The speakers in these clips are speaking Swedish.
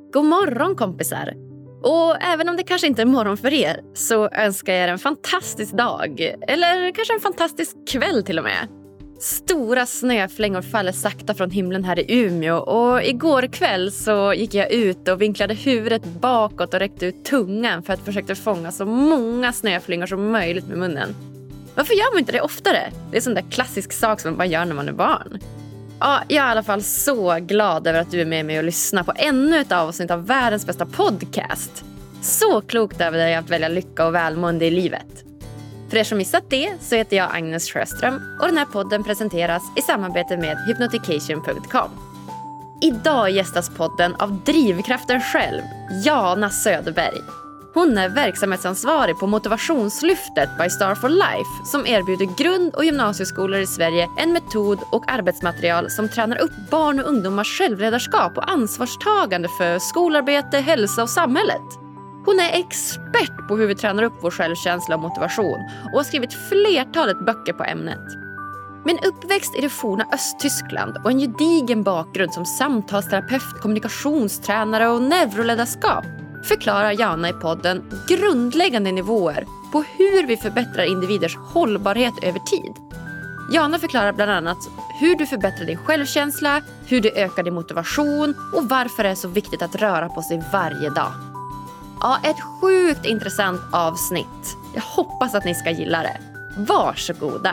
God morgon kompisar! Och även om det kanske inte är morgon för er så önskar jag er en fantastisk dag. Eller kanske en fantastisk kväll till och med. Stora snöflängor faller sakta från himlen här i Umeå. Och igår kväll så gick jag ut och vinklade huvudet bakåt och räckte ut tungan för att försöka fånga så många snöflingor som möjligt med munnen. Varför gör man inte det oftare? Det är en sån där klassisk sak som man bara gör när man är barn. Ja, jag är i alla fall så glad över att du är med mig och lyssnar på ännu ett avsnitt av världens bästa podcast. Så klokt över dig att välja lycka och välmående i livet. För er som missat det så heter jag Agnes Sjöström och den här podden presenteras i samarbete med hypnotication.com. Idag gästas podden av drivkraften själv, Jana Söderberg. Hon är verksamhetsansvarig på Motivationslyftet by Star for Life som erbjuder grund- och gymnasieskolor i Sverige en metod och arbetsmaterial som tränar upp barn och ungdomars självledarskap och ansvarstagande för skolarbete, hälsa och samhället. Hon är expert på hur vi tränar upp vår självkänsla och motivation och har skrivit flertalet böcker på ämnet. Med en uppväxt i det forna Östtyskland och en gedigen bakgrund som samtalsterapeut, kommunikationstränare och neuroledarskap förklarar Jana i podden grundläggande nivåer på hur vi förbättrar individers hållbarhet över tid. Jana förklarar bland annat hur du förbättrar din självkänsla, hur du ökar din motivation och varför det är så viktigt att röra på sig varje dag. Ja, ett sjukt intressant avsnitt. Jag hoppas att ni ska gilla det. Varsågoda!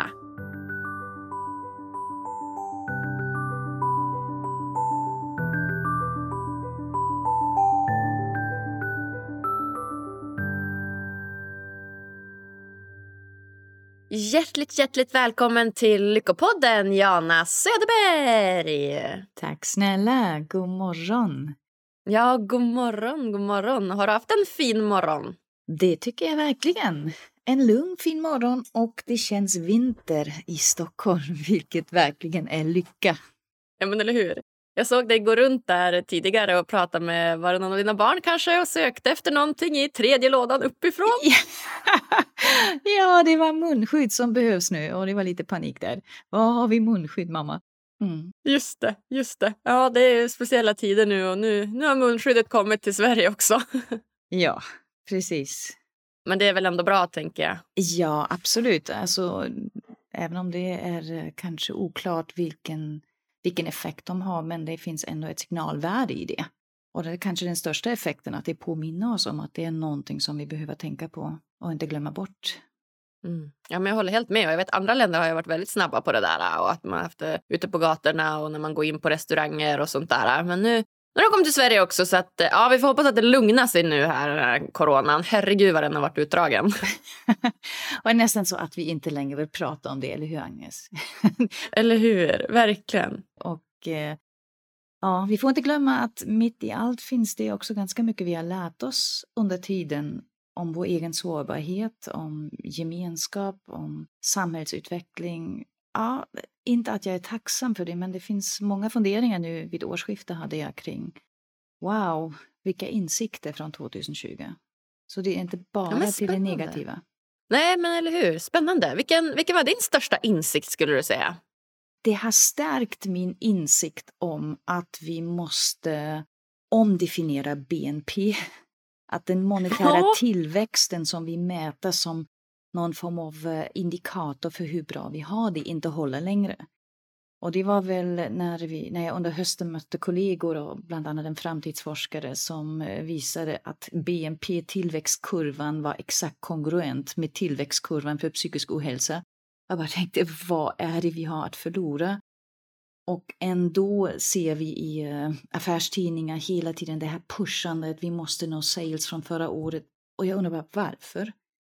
Hjärtligt välkommen till Lyckopodden, Jana Söderberg. Tack snälla, god morgon. Ja, god morgon. Har du haft en fin morgon? Det tycker jag verkligen. En lugn fin morgon och det känns vinter i Stockholm, vilket verkligen är lycka. Ja, men eller hur? Jag såg dig gå runt där tidigare och prata med, var det någon av dina barn kanske, och sökte efter någonting i tredje lådan uppifrån. Ja, det var munskydd som behövs nu och det var lite panik där. Vad har vi munskydd, mamma? Mm. Just det. Ja, det är speciella tider nu och nu har munskyddet kommit till Sverige också. Ja, precis. Men det är väl ändå bra, tänker jag. Ja, absolut. Alltså, även om det är kanske oklart vilken effekt de har, men det finns ändå ett signalvärde i det. Och det är kanske den största effekten, att det påminner oss om att det är någonting som vi behöver tänka på och inte glömma bort. Mm. Ja, men jag håller helt med. Och jag vet andra länder har ju varit väldigt snabba på det där. Och att man har haft det ute på gatorna och när man går in på restauranger och sånt där. Men nu har de kommit till Sverige också, så att ja, vi får hoppas att det lugnar sig nu här, den här coronan. Herregud vad den har varit utdragen. Och det är nästan så att vi inte längre vill prata om det, eller hur, Agnes? Eller hur, verkligen. Och ja, vi får inte glömma att mitt i allt finns det också ganska mycket vi har lärt oss under tiden om vår egen sårbarhet, om gemenskap, om samhällsutveckling. Ja, inte att jag är tacksam för det, men det finns många funderingar nu vid årsskiftet hade jag kring wow, vilka insikter från 2020. Så det är inte bara till det negativa. Nej, men eller hur? Spännande. Vilken var din största insikt, skulle du säga? Det har stärkt min insikt om att vi måste omdefiniera BNP. Att den monetära tillväxten som vi mäter som någon form av indikator för hur bra vi har det inte håller längre. Och det var väl när jag under hösten mötte kollegor och bland annat en framtidsforskare som visade att BNP-tillväxtkurvan var exakt kongruent med tillväxtkurvan för psykisk ohälsa. Jag bara tänkte, vad är det vi har att förlora? Och ändå ser vi i affärstidningar hela tiden det här pushandet. Vi måste nå sales från förra året. Och jag undrar bara varför?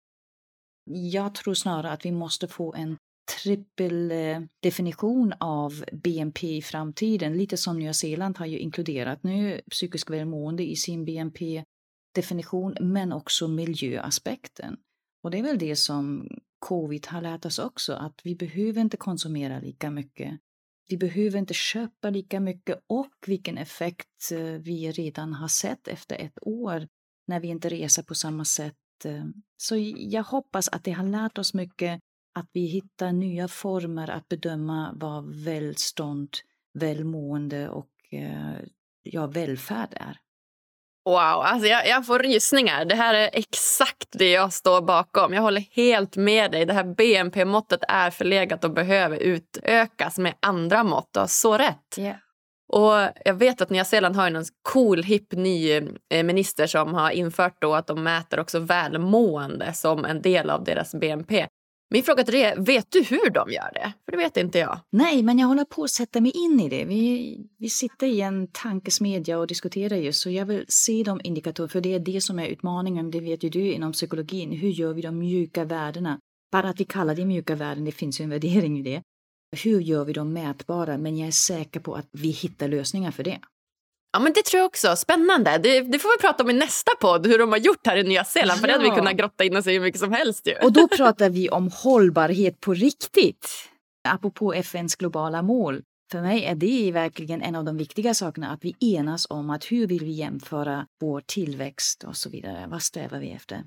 Jag tror snarare att vi måste få en trippel definition av BNP i framtiden. Lite som Nya Zeeland har ju inkluderat nu psykisk välmående i sin BNP-definition. Men också miljöaspekten. Och det är väl det som covid har lärt oss också. Att vi behöver inte konsumera lika mycket. Vi behöver inte köpa lika mycket, och vilken effekt vi redan har sett efter ett år när vi inte reser på samma sätt. Så jag hoppas att det har lärt oss mycket, att vi hittar nya former att bedöma vad välstånd, välmående och välfärd är. Wow, alltså jag får rysningar. Det här är exakt det jag står bakom. Jag håller helt med dig. Det här BNP-måttet är förlegat och behöver utökas med andra mått. Du har så rätt. Yeah. Och jag vet att Nya Zeeland har en cool, hipp, ny minister som har infört då att de mäter också välmående som en del av deras BNP. Min fråga till dig är, vet du hur de gör det? För det vet inte jag. Nej, men jag håller på att sätta mig in i det. Vi sitter i en tankesmedja och diskuterar just, så jag vill se de indikatorer, för det är det som är utmaningen, det vet ju du inom psykologin. Hur gör vi de mjuka värdena? Bara att vi kallar det mjuka värden, det finns ju en värdering i det. Hur gör vi dem mätbara? Men jag är säker på att vi hittar lösningar för det. Ja, men det tror jag också. Spännande. Det får vi prata om i nästa podd, hur de har gjort här i Nya Zeeland. För det hade vi kunnat grotta in oss i hur mycket som helst ju. Och då pratar vi om hållbarhet på riktigt. Apropå FNs globala mål. För mig är det verkligen en av de viktiga sakerna, att vi enas om att hur vill vi jämföra vår tillväxt och så vidare. Vad strävar vi efter?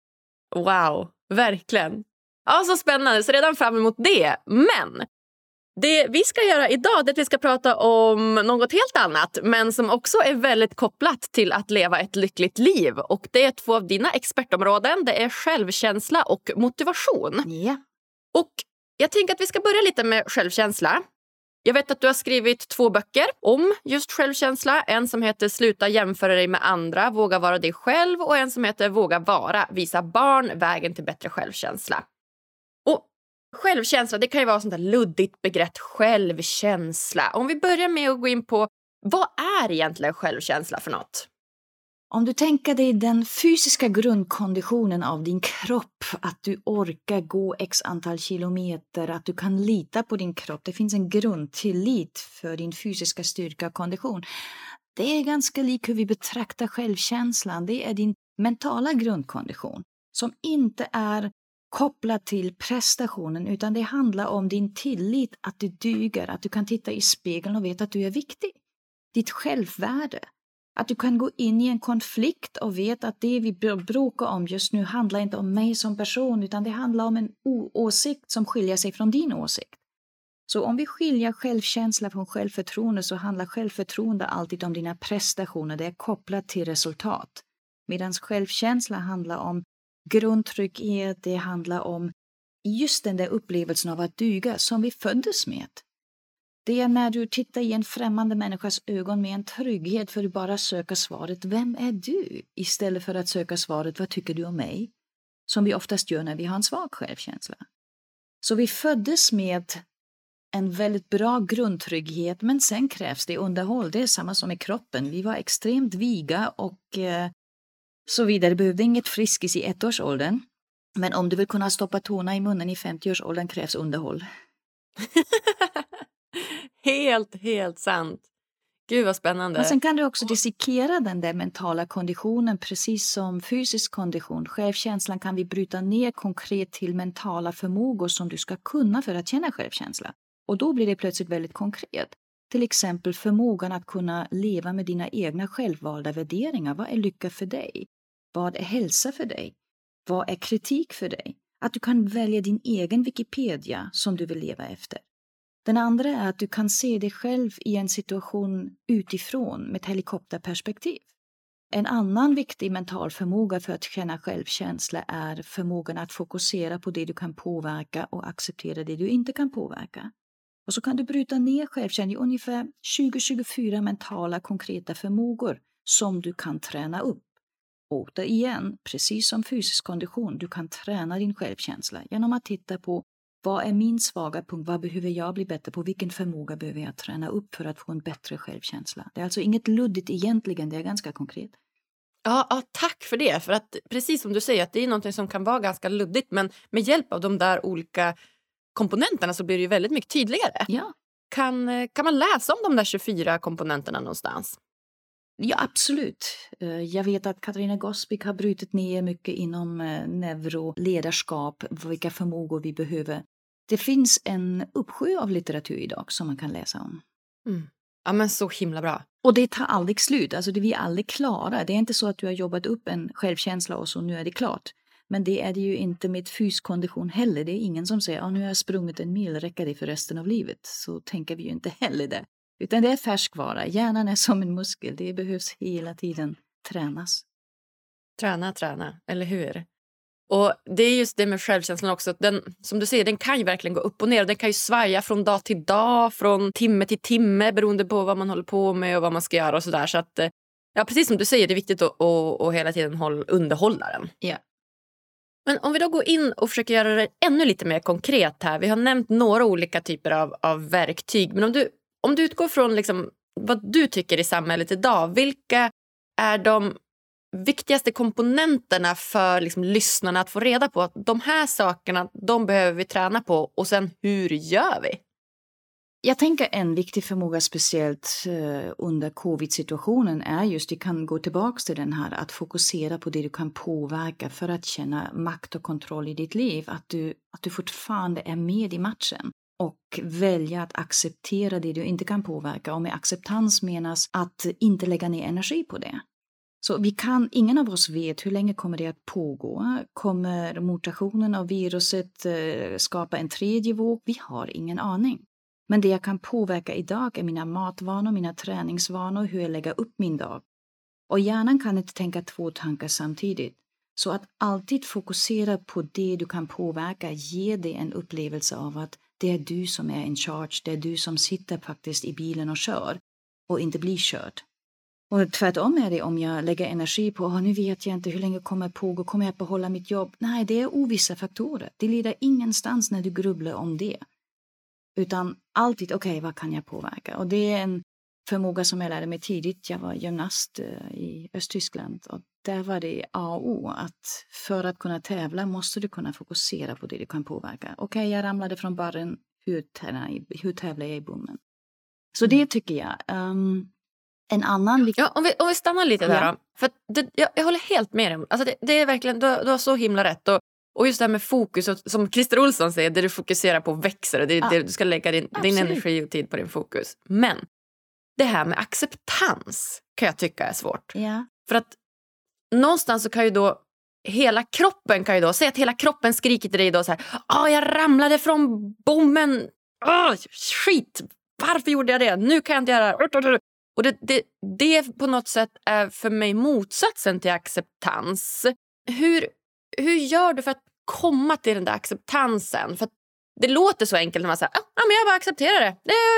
Wow, verkligen. Ja, så spännande. Så redan fram emot det. Men det vi ska göra idag är att vi ska prata om något helt annat, men som också är väldigt kopplat till att leva ett lyckligt liv. Och det är 2 av dina expertområden. Det är självkänsla och motivation. Ja. Och jag tänker att vi ska börja lite med självkänsla. Jag vet att du har skrivit 2 böcker om just självkänsla. En som heter Sluta jämföra dig med andra, våga vara dig själv. Och en som heter Våga vara, visa barn vägen till bättre självkänsla. Och självkänsla, det kan ju vara sånt där luddigt begrepp, självkänsla. Om vi börjar med att gå in på, vad är egentligen självkänsla för något? Om du tänker dig den fysiska grundkonditionen av din kropp, att du orkar gå x antal kilometer, att du kan lita på din kropp. Det finns en grundtillit för din fysiska styrka och kondition. Det är ganska lik hur vi betraktar självkänslan. Det är din mentala grundkondition som inte är kopplad till prestationen, utan det handlar om din tillit att du duger, att du kan titta i spegeln och veta att du är viktig. Ditt självvärde. Att du kan gå in i en konflikt och veta att det vi bråkar om just nu handlar inte om mig som person, utan det handlar om en åsikt som skiljer sig från din åsikt. Så om vi skiljer självkänsla från självförtroende, så handlar självförtroende alltid om dina prestationer. Det är kopplat till resultat. Medan självkänsla handlar om grundtrygghet, det handlar om just den där upplevelsen av att duga som vi föddes med. Det är när du tittar i en främmande människas ögon med en trygghet, för att bara söka svaret, vem är du? Istället för att söka svaret, vad tycker du om mig? Som vi oftast gör när vi har en svag självkänsla. Så vi föddes med en väldigt bra grundtrygghet, men sen krävs det underhåll. Det är samma som i kroppen. Vi var extremt viga och så vidare. Behövde inget friskis i 1-årsåldern. Men om du vill kunna stoppa tårna i munnen i 50-årsåldern krävs underhåll. Helt sant. Gud vad spännande. Och sen kan du också dissekera den där mentala konditionen precis som fysisk kondition. Självkänslan kan vi bryta ner konkret till mentala förmågor som du ska kunna för att känna självkänsla. Och då blir det plötsligt väldigt konkret. Till exempel förmågan att kunna leva med dina egna självvalda värderingar. Vad är lycka för dig? Vad är hälsa för dig? Vad är kritik för dig? Att du kan välja din egen Wikipedia som du vill leva efter. Den andra är att du kan se dig själv i en situation utifrån med ett helikopterperspektiv. En annan viktig mental förmåga för att känna självkänsla är förmågan att fokusera på det du kan påverka och acceptera det du inte kan påverka. Och så kan du bryta ner självkänsla i ungefär 20-24 mentala konkreta förmågor som du kan träna upp. Återigen, precis som fysisk kondition, du kan träna din självkänsla genom att titta på vad är min svaga punkt, vad behöver jag bli bättre på, vilken förmåga behöver jag träna upp för att få en bättre självkänsla. Det är alltså inget luddigt egentligen, det är ganska konkret. Ja, tack för det. För att precis som du säger, att det är något som kan vara ganska luddigt, men med hjälp av de där olika komponenterna så blir det ju väldigt mycket tydligare. Ja. Kan man läsa om de där 24 komponenterna någonstans? Ja, absolut. Jag vet att Katarina Gospic har brutit ner mycket inom neuroledarskap, vilka förmågor vi behöver. Det finns en uppsjö av litteratur idag som man kan läsa om. Mm. Ja, men så himla bra. Och det tar aldrig slut, alltså vi är aldrig klara. Det är inte så att du har jobbat upp en självkänsla och så nu är det klart. Men det är det ju inte med fyskondition heller. Det är ingen som säger, nu har jag sprungit en mil, räcker det för resten av livet? Så tänker vi ju inte heller det. Utan det är färskvara. Hjärnan är som en muskel. Det behövs hela tiden tränas. Träna, eller hur? Och det är just det med självkänslan också. Den, som du säger, den kan ju verkligen gå upp och ner. Den kan ju svaja från dag till dag, från timme till timme beroende på vad man håller på med och vad man ska göra och sådär. Så att, ja, precis som du säger, det är viktigt att hela tiden underhålla den. Ja. Men om vi då går in och försöker göra det ännu lite mer konkret här. Vi har nämnt några olika typer av verktyg. Men om du utgår från liksom vad du tycker i samhället idag, vilka är de viktigaste komponenterna för liksom lyssnarna att få reda på att de här sakerna, de behöver vi träna på, och sen hur gör vi? Jag tänker en viktig förmåga speciellt under covid-situationen är just, vi kan gå tillbaka till den här, att fokusera på det du kan påverka för att känna makt och kontroll i ditt liv. Att du fortfarande är med i matchen och välja att acceptera det du inte kan påverka. Och med acceptans menas att inte lägga ner energi på det. Så ingen av oss vet hur länge kommer det att pågå. Kommer mutationen av viruset skapa en tredje våg? Vi har ingen aning. Men det jag kan påverka idag är mina matvanor, mina träningsvanor, hur jag lägger upp min dag. Och hjärnan kan inte tänka 2 tankar samtidigt. Så att alltid fokusera på det du kan påverka ger dig en upplevelse av att det är du som är in charge. Det är du som sitter faktiskt i bilen och kör och inte blir körd. Och tvärtom är det, om jag lägger energi på nu vet jag inte hur länge kommer pågå, kommer jag behålla mitt jobb? Nej, det är ovissa faktorer. Det leder ingenstans när du grubblar om det. Utan alltid, vad kan jag påverka? Och det är en förmåga som jag lärde mig tidigt. Jag var gymnast i Östtyskland och där var det A och O att för att kunna tävla måste du kunna fokusera på det du kan påverka. Jag ramlade från barren, hur tävlar jag i bommen? Så det tycker jag. En annan... Ja, om vi stannar lite där då. För jag håller helt med dig. Alltså det är verkligen, du har så himla rätt. Och just det här med fokus, som Christer Olsson säger, det du fokuserar på växer. Och det är det du ska lägga din energi och tid på din fokus. Men det här med acceptans kan jag tycka är svårt. Ja. För att någonstans så kan ju då hela kroppen säga att hela kroppen skriker till dig då så här: jag ramlade från bommen. Skit! Varför gjorde jag det? Nu kan jag inte göra det. Och det på något sätt är för mig motsatsen till acceptans. Hur gör du för att komma till den där acceptansen? För att det låter så enkelt när man säger men jag bara accepterar det.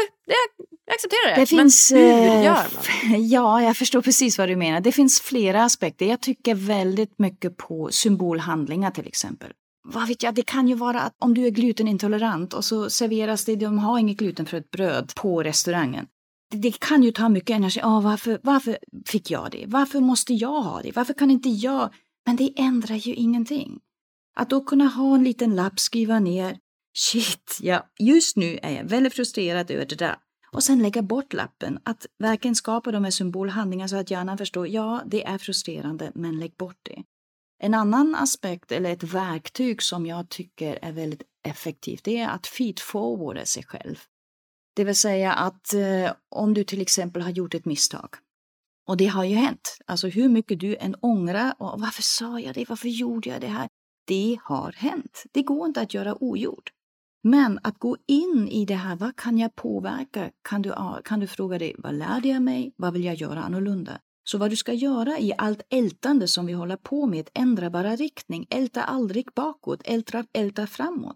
Jag accepterar det. Det finns, men hur gör man? Ja, jag förstår precis vad du menar. Det finns flera aspekter. Jag tycker väldigt mycket på symbolhandlingar till exempel. Vad vet jag, det kan ju vara att om du är glutenintolerant och så serveras det, de har inget gluten för ett bröd på restaurangen. Det kan ju ta mycket energi. Varför fick jag det? Varför måste jag ha det? Varför kan inte jag? Men det ändrar ju ingenting. Att då kunna ha en liten lapp, skriva ner. Shit, just nu är jag väldigt frustrerad över det där. Och sen lägga bort lappen. Att verkligen skapa de här symbolhandlingarna så att hjärnan förstår, det är frustrerande, men lägg bort det. En annan aspekt eller ett verktyg som jag tycker är väldigt effektivt, det är att feed-forwarda sig själv. Det vill säga att om du till exempel har gjort ett misstag. Och det har ju hänt. Alltså hur mycket du än ångrar. Och varför sa jag det? Varför gjorde jag det här? Det har hänt. Det går inte att göra ogjort. Men att gå in i det här, vad kan jag påverka? Kan du fråga dig, vad lärde jag mig? Vad vill jag göra annorlunda? Så vad du ska göra i allt ältande som vi håller på med, ändra bara riktning. Älta aldrig bakåt, älta framåt.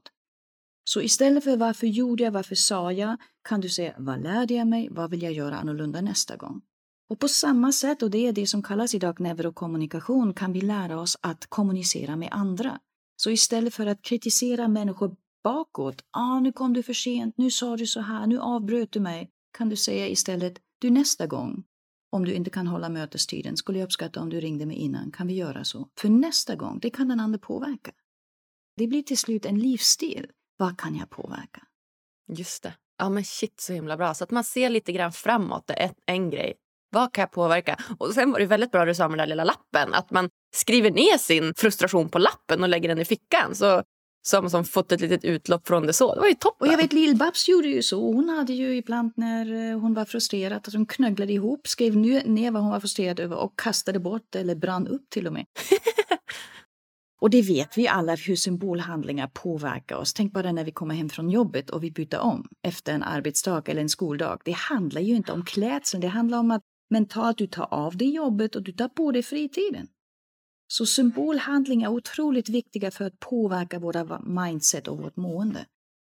Så istället för varför gjorde jag, varför sa jag, kan du säga, vad lärde jag mig? Vad vill jag göra annorlunda nästa gång? Och på samma sätt, och det är det som kallas idag neurokommunikation, kan vi lära oss att kommunicera med andra. Så istället för att kritisera människor bakåt, nu kom du för sent, nu sa du så här, nu avbröt du mig, kan du säga istället, du nästa gång, om du inte kan hålla mötestiden, skulle jag uppskatta om du ringde mig innan, kan vi göra så? För nästa gång, det kan den andra påverka. Det blir till slut en livsstil. Vad kan jag påverka? Just det. Ja men shit, så himla bra. Så att man ser lite grann framåt, det är en grej. Vad kan jag påverka? Och sen var det väldigt bra att du sa med den där lilla lappen. Att man skriver ner sin frustration på lappen och lägger den i fickan. Så som fått ett litet utlopp från det så. Det var ju toppen. Och jag vet, Lill-Babs gjorde ju så. Hon hade ju ibland när hon var frustrerad att hon knögglade ihop, skrev ner vad hon var frustrerad över och kastade bort eller brann upp till och med. Och det vet vi alla hur symbolhandlingar påverkar oss. Tänk bara när vi kommer hem från jobbet och vi byter om efter en arbetsdag eller en skoldag. Det handlar ju inte om klädseln. Det handlar om att mentalt. Du tar av dig jobbet och du tar på dig fritiden. Så symbolhandlingar är otroligt viktiga för att påverka våra mindset och vårt mående.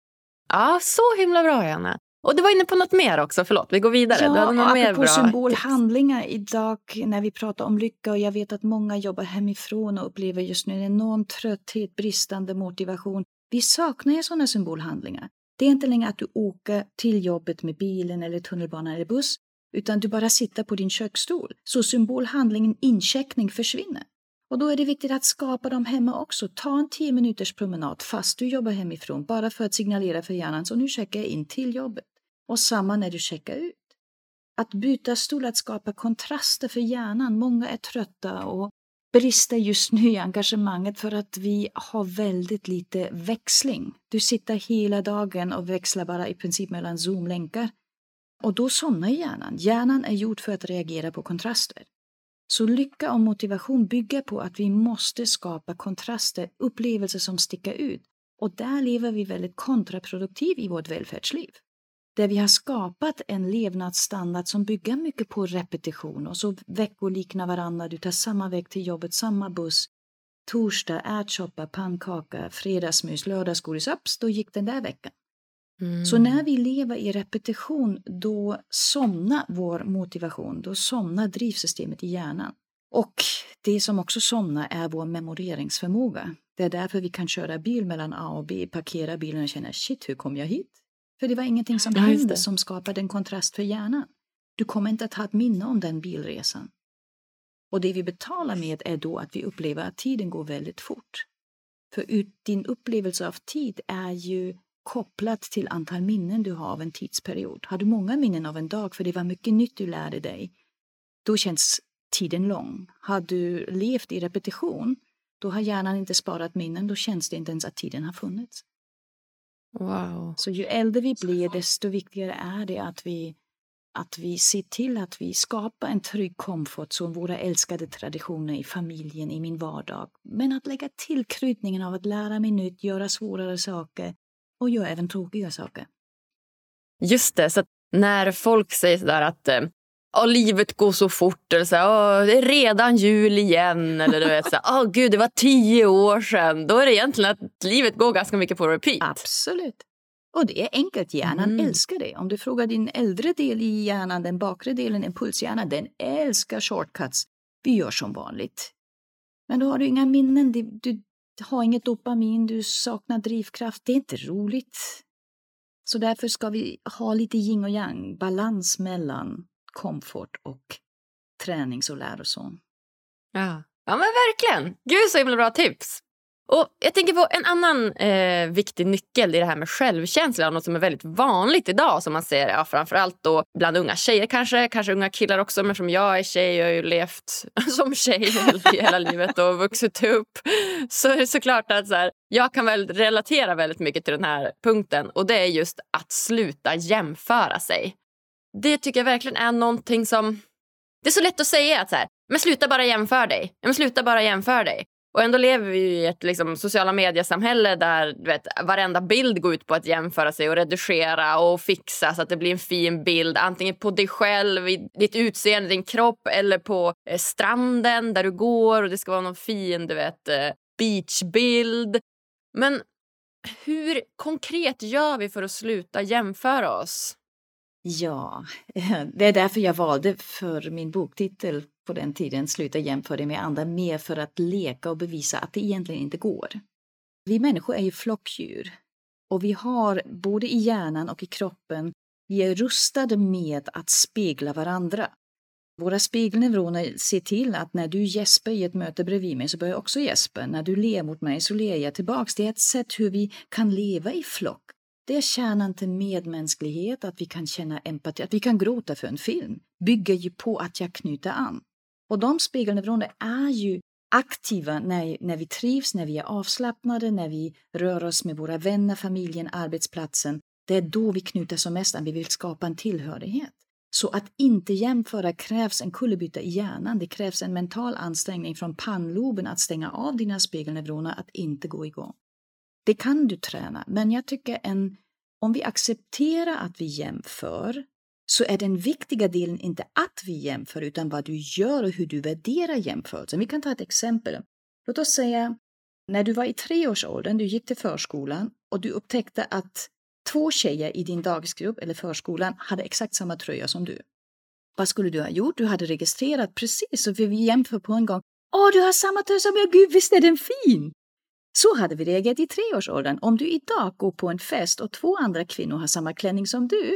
Ja, så himla bra, Janne. Och du var inne på något mer också, förlåt, vi går vidare. Ja, du hade något mer apropå bra symbolhandlingar idag när vi pratar om lycka, och jag vet att många jobbar hemifrån och upplever just nu en enorm trötthet, bristande motivation. Vi saknar ju sådana symbolhandlingar. Det är inte längre att du åker till jobbet med bilen eller tunnelbanan eller buss, utan du bara sitter på din köksstol. Så symbolhandlingen incheckning försvinner. Och då är det viktigt att skapa dem hemma också. Ta en 10 minuters promenad fast du jobbar hemifrån, bara för att signalera för hjärnan, så nu checkar jag in till jobbet. Och samma när du checkar ut. Att byta stol, att skapa kontraster för hjärnan. Många är trötta och brister just nu i engagemanget för att vi har väldigt lite växling. Du sitter hela dagen och växlar bara i princip mellan Zoom-länkar. Och då somnar hjärnan. Hjärnan är gjord för att reagera på kontraster. Så lycka och motivation bygger på att vi måste skapa kontraster, upplevelser som sticker ut. Och där lever vi väldigt kontraproduktivt i vårt välfärdsliv. Där vi har skapat en levnadsstandard som bygger mycket på repetition. Och så veckor liknar varandra, du tar samma väg till jobbet, samma buss. Torsdag, ärtsoppa, pannkaka, fredagsmys, lördagsgodis, då gick den där veckan. Så när vi lever i repetition, då somnar vår motivation, då somnar drivsystemet i hjärnan. Och det som också somnar är vår memoreringsförmåga. Det är därför vi kan köra bil mellan A och B, parkera bilen och känna, shit, hur kom jag hit? För det var ingenting som hände som skapade en kontrast för hjärnan. Du kommer inte att ha ett minne om den bilresan. Och det vi betalar med är då att vi upplever att tiden går väldigt fort. För din upplevelse av tid är ju kopplat till antal minnen du har av en tidsperiod. Har du många minnen av en dag för det var mycket nytt du lärde dig, då känns tiden lång. Har du levt i repetition, då har hjärnan inte sparat minnen, då känns det inte ens att tiden har funnits. Wow. Så ju äldre vi blir, desto viktigare är det att vi ser till att vi skapar en trygg komfort som våra älskade traditioner i familjen, i min vardag. Men att lägga till kryddningen av att lära mig nytt, göra svårare saker och göra även tråkiga saker. Just det, så att när folk säger sådär att livet går så fort, eller så här, det är redan jul igen, eller du vet så gud, det var 10 år sedan. Då är det egentligen att livet går ganska mycket på repeat. Absolut. Och det är enkelt, hjärnan älskar det. Om du frågar din äldre del i hjärnan, den bakre delen, impulshjärnan, den älskar shortcuts. Vi gör som vanligt. Men då har du inga minnen, du har inget dopamin, du saknar drivkraft. Det är inte roligt. Så därför ska vi ha lite yin och yang, balans mellan komfort och tränings- och läroson. Ja, men verkligen. Gud, så himla bra tips. Och jag tänker på en annan viktig nyckel i det här med självkänsla. Något som är väldigt vanligt idag, som man ser framförallt då bland unga tjejer kanske unga killar också. Men som jag är tjej, jag har ju levt som tjej hela livet och vuxit upp. Så är det såklart att så här, jag kan väl relatera väldigt mycket till den här punkten. Och det är just att sluta jämföra sig. Det tycker jag verkligen är någonting som... Det är så lätt att säga att så här, men sluta bara jämföra dig. Men sluta bara jämföra dig. Och ändå lever vi i ett liksom, sociala mediesamhälle där du vet, varenda bild går ut på att jämföra sig och redigera och fixa så att det blir en fin bild. Antingen på dig själv, ditt utseende, din kropp, eller på stranden där du går och det ska vara någon fin, du vet, beachbild. Men hur konkret gör vi för att sluta jämföra oss? Ja, det är därför jag valde för min boktitel på den tiden sluta jämföra med andra, mer för att leka och bevisa att det egentligen inte går. Vi människor är ju flockdjur och vi har både i hjärnan och i kroppen, vi är rustade med att spegla varandra. Våra spegelneuroner ser till att när du gäspar i ett möte bredvid mig så börjar jag också gäspa. När du ler mot mig så ler jag tillbaks. Det är ett sätt hur vi kan leva i flock. Det är kärnan till medmänsklighet, att vi kan känna empati, att vi kan gråta för en film. Bygger ju på att jag knyter an. Och de spegelneuroner är ju aktiva när vi trivs, när vi är avslappnade, när vi rör oss med våra vänner, familjen, arbetsplatsen. Det är då vi knyter som mest an, vi vill skapa en tillhörighet. Så att inte jämföra krävs en kullerbytta i hjärnan. Det krävs en mental ansträngning från pannloben att stänga av dina spegelneuroner, att inte gå igång. Det kan du träna, men jag tycker om vi accepterar att vi jämför, så är den viktiga delen inte att vi jämför utan vad du gör och hur du värderar jämförelsen. Vi kan ta ett exempel. Låt oss säga när du var i 3-årsåldern, du gick till förskolan och du upptäckte att 2 tjejer i din dagisgrupp eller förskolan hade exakt samma tröja som du. Vad skulle du ha gjort? Du hade registrerat precis så vi jämför på en gång. Du har samma tröja som jag, gud visst är den fin! Så hade vi reagerat i 3-årsåldern. Om du idag går på en fest och 2 andra kvinnor har samma klänning som du.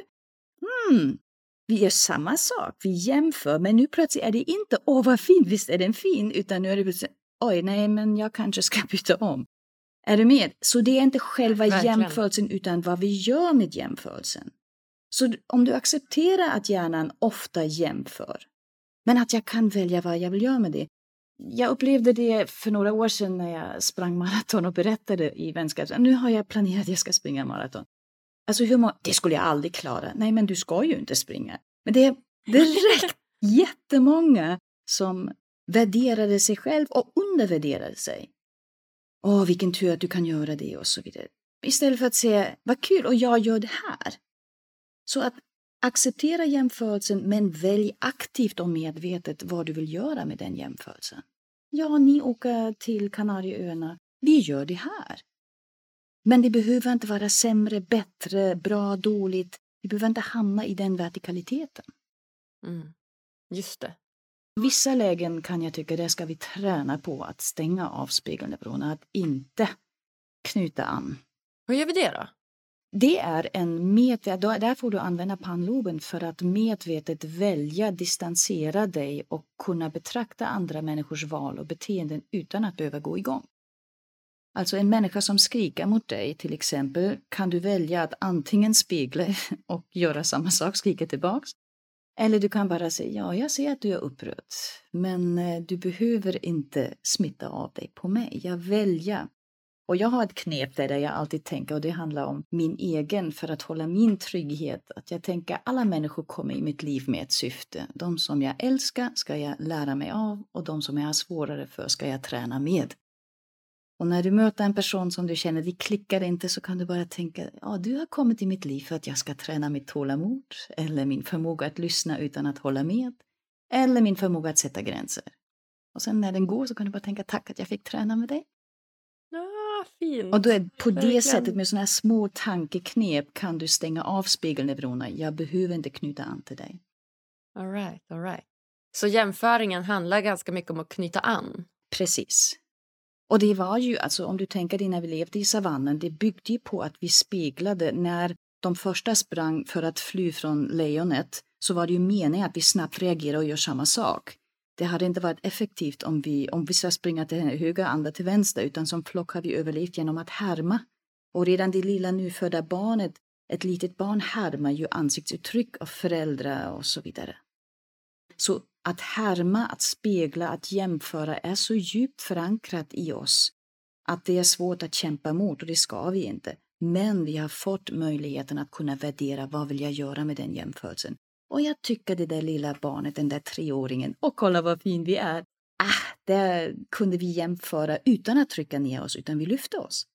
Vi gör samma sak, vi jämför, men nu plötsligt är det inte vad fin, visst är den fin, utan nu är det plötsligt, nej men jag kanske ska byta om. Är du med? Så det är inte själva jämförelsen utan vad vi gör med jämförelsen. Så om du accepterar att hjärnan ofta jämför, men att jag kan välja vad jag vill göra med det. Jag upplevde det för några år sedan när jag sprang maraton och berättade i vänskapet. Nu har jag planerat att jag ska springa maraton. Alltså det skulle jag aldrig klara. Nej, men du ska ju inte springa. Men det är direkt jättemånga som värderade sig själv och undervärderade sig. Vilken tur att du kan göra det och så vidare. Istället för att säga, vad kul och jag gör det här. Så att acceptera jämförelsen men välj aktivt och medvetet vad du vill göra med den jämförelsen. Ja, ni åker till Kanarieöarna. Vi gör det här. Men det behöver inte vara sämre, bättre, bra, dåligt. Vi behöver inte hamna i den vertikaliteten. Just det. I vissa lägen kan jag tycka det ska vi träna på att stänga av spegelneuronerna, att inte knyta an. Hur gör vi det då? Det är där får du använda pannloben för att medvetet välja, distansera dig och kunna betrakta andra människors val och beteenden utan att behöva gå igång. Alltså en människa som skriker mot dig till exempel kan du välja att antingen spegla och göra samma sak, skrika tillbaks. Eller du kan bara säga, ja jag ser att du är upprörd men du behöver inte smitta av dig på mig, jag väljer. Och jag har ett knep där jag alltid tänker och det handlar om min egen för att hålla min trygghet. Att jag tänker alla människor kommer i mitt liv med ett syfte. De som jag älskar ska jag lära mig av och de som jag har svårare för ska jag träna med. Och när du möter en person som du känner, det klickar inte så kan du bara tänka, du har kommit i mitt liv för att jag ska träna mitt tålamod eller min förmåga att lyssna utan att hålla med eller min förmåga att sätta gränser. Och sen när den går så kan du bara tänka, tack att jag fick träna med dig. Fint. Och då är på det sättet med såna här små tankeknep kan du stänga av spegelneuronerna. Jag behöver inte knyta an till dig. All right. Så jämföringen handlar ganska mycket om att knyta an. Precis. Och det var ju, alltså om du tänker dig när vi levde i savannen, det byggde ju på att vi speglade när de första sprang för att fly från lejonet så var det ju meningen att vi snabbt reagerar och gör samma sak. Det hade inte varit effektivt om vi ska springa till höger, andra till vänster, utan som flock har vi överlevt genom att härma. Och redan det lilla nyfödda barnet, ett litet barn härmar ju ansiktsuttryck av föräldrar och så vidare. Så att härma, att spegla, att jämföra är så djupt förankrat i oss att det är svårt att kämpa mot och det ska vi inte. Men vi har fått möjligheten att kunna värdera vad vill jag göra med den jämförelsen. Och jag tycker det där lilla barnet, den där 3-åringen, och kolla vad fin vi är. Där kunde vi jämföra utan att trycka ner oss, utan vi lyfte oss.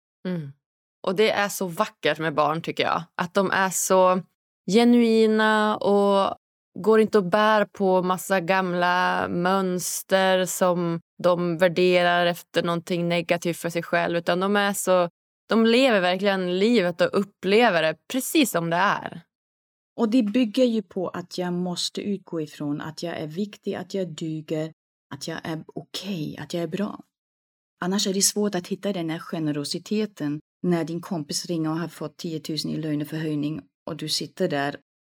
Och det är så vackert med barn tycker jag. Att de är så genuina och går inte och bär på massa gamla mönster som de värderar efter någonting negativt för sig själv. Utan de lever verkligen livet och upplever det precis som det är. Och det bygger ju på att jag måste utgå ifrån att jag är viktig, att jag duger, att jag är okej, att jag är bra. Annars är det svårt att hitta den här generositeten när din kompis ringer och har fått 10 000 i löneförhöjning och du sitter där.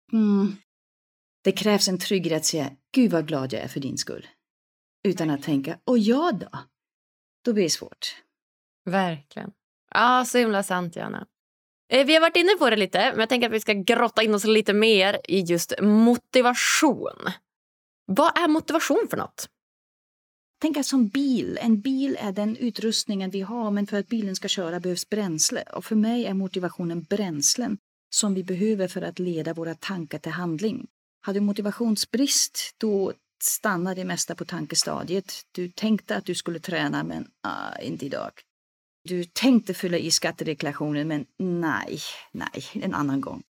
Det krävs en trygghet att säga, gud vad glad jag är för din skull. Utan att tänka, och jag då? Då blir det svårt. Verkligen. Ja, så himla sant, Johanna. Vi har varit inne på det lite, men jag tänker att vi ska grotta in oss lite mer i just motivation. Vad är motivation för något? Tänk att som bil. En bil är den utrustningen vi har, men för att bilen ska köra behövs bränsle. Och för mig är motivationen bränslen som vi behöver för att leda våra tankar till handling. Har du motivationsbrist, då stannar det mesta på tankestadiet. Du tänkte att du skulle träna, men inte idag. Du tänkte fylla i skattedeklarationen, men nej, en annan gång.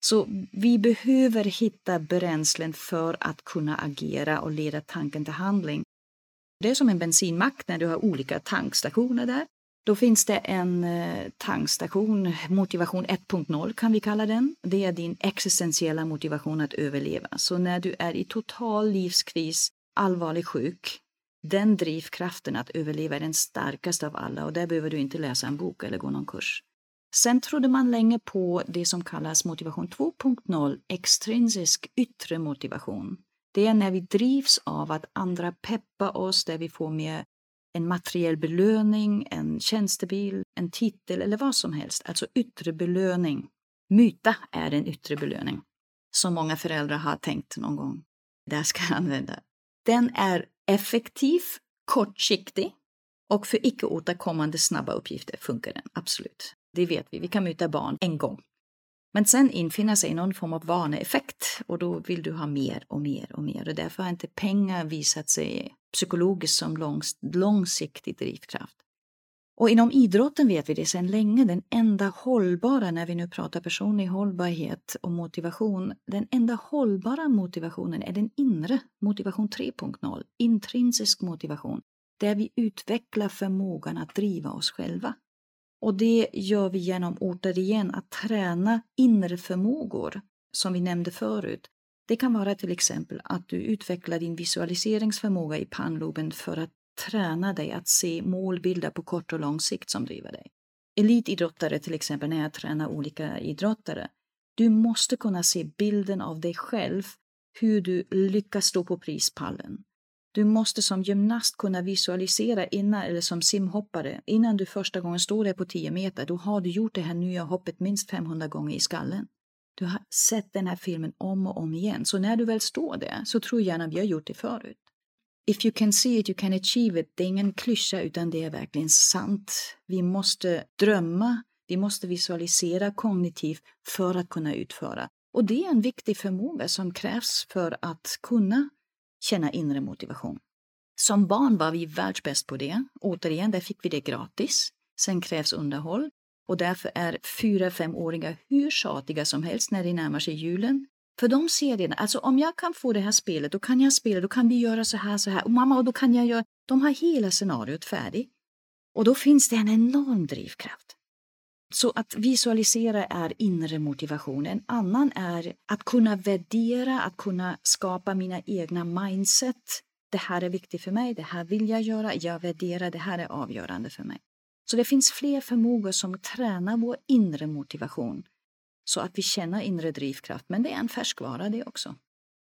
Så vi behöver hitta bränslen för att kunna agera och leda tanken till handling. Det är som en bensinmack när du har olika tankstationer där. Då finns det en tankstation, motivation 1.0 kan vi kalla den. Det är din existentiella motivation att överleva. Så när du är i total livskris, allvarlig sjuk, den drivkraften att överleva är den starkaste av alla och där behöver du inte läsa en bok eller gå någon kurs. Sen trodde man länge på det som kallas motivation 2.0, extrinsisk yttre motivation. Det är när vi drivs av att andra peppar oss, där vi får med en materiell belöning, en tjänstebil, en titel eller vad som helst. Alltså yttre belöning. Myta är en yttre belöning som många föräldrar har tänkt någon gång. Där ska jag använda. Den är effektiv, kortsiktig och för icke återkommande snabba uppgifter funkar den absolut. Det vet vi. Vi kan muta barn en gång. Men sen infinner sig någon form av vaneeffekt och då vill du ha mer och mer och mer. Och därför har inte pengar visat sig psykologiskt som långsiktig drivkraft. Och inom idrotten vet vi det sedan länge. Den enda hållbara, när vi nu pratar personlig hållbarhet och motivation, den enda hållbara motivationen är den inre motivation 3.0, intrinsisk motivation. Där vi utvecklar förmågan att driva oss själva. Och det gör vi genom återigen att träna inre förmågor som vi nämnde förut. Det kan vara till exempel att du utvecklar din visualiseringsförmåga i pannloben för att träna dig att se målbilder på kort och lång sikt som driver dig. Elitidrottare till exempel, när jag tränar olika idrottare. Du måste kunna se bilden av dig själv, hur du lyckas stå på prispallen. Du måste som gymnast kunna visualisera innan, eller som simhoppare, innan du första gången står där på 10 meter, då har du gjort det här nya hoppet minst 500 gånger i skallen. Du har sett den här filmen om och om igen. Så när du väl står där så tror jag gärna vi har gjort det förut. If you can see it, you can achieve it. Det är ingen klyscha utan det är verkligen sant. Vi måste drömma, vi måste visualisera kognitivt för att kunna utföra. Och det är en viktig förmåga som krävs för att kunna känna inre motivation. Som barn var vi världsbäst på det. Återigen, där fick vi det gratis. Sen krävs underhåll. Och därför är 4-5-åringar hur tjatiga som helst när det närmar sig julen. För de ser det. Alltså om jag kan få det här spelet, då kan jag spela. Då kan vi göra så här. Och mamma, och då kan jag göra. De har hela scenariot färdigt. Och då finns det en enorm drivkraft. Så att visualisera är inre motivation. En annan är att kunna värdera, att kunna skapa mina egna mindset. Det här är viktigt för mig, det här vill jag göra, jag värderar, det här är avgörande för mig. Så det finns fler förmågor som tränar vår inre motivation. Så att vi känner inre drivkraft, men det är en färskvara det också.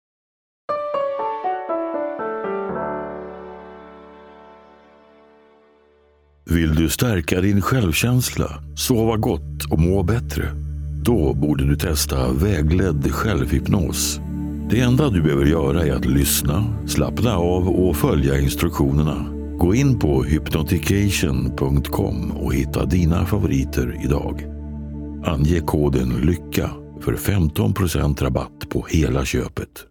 Vill du stärka din självkänsla, sova gott och må bättre? Då borde du testa vägledd självhypnos. Det enda du behöver göra är att lyssna, slappna av och följa instruktionerna. Gå in på hypnotication.com och hitta dina favoriter idag. Ange koden LYCKA för 15% rabatt på hela köpet.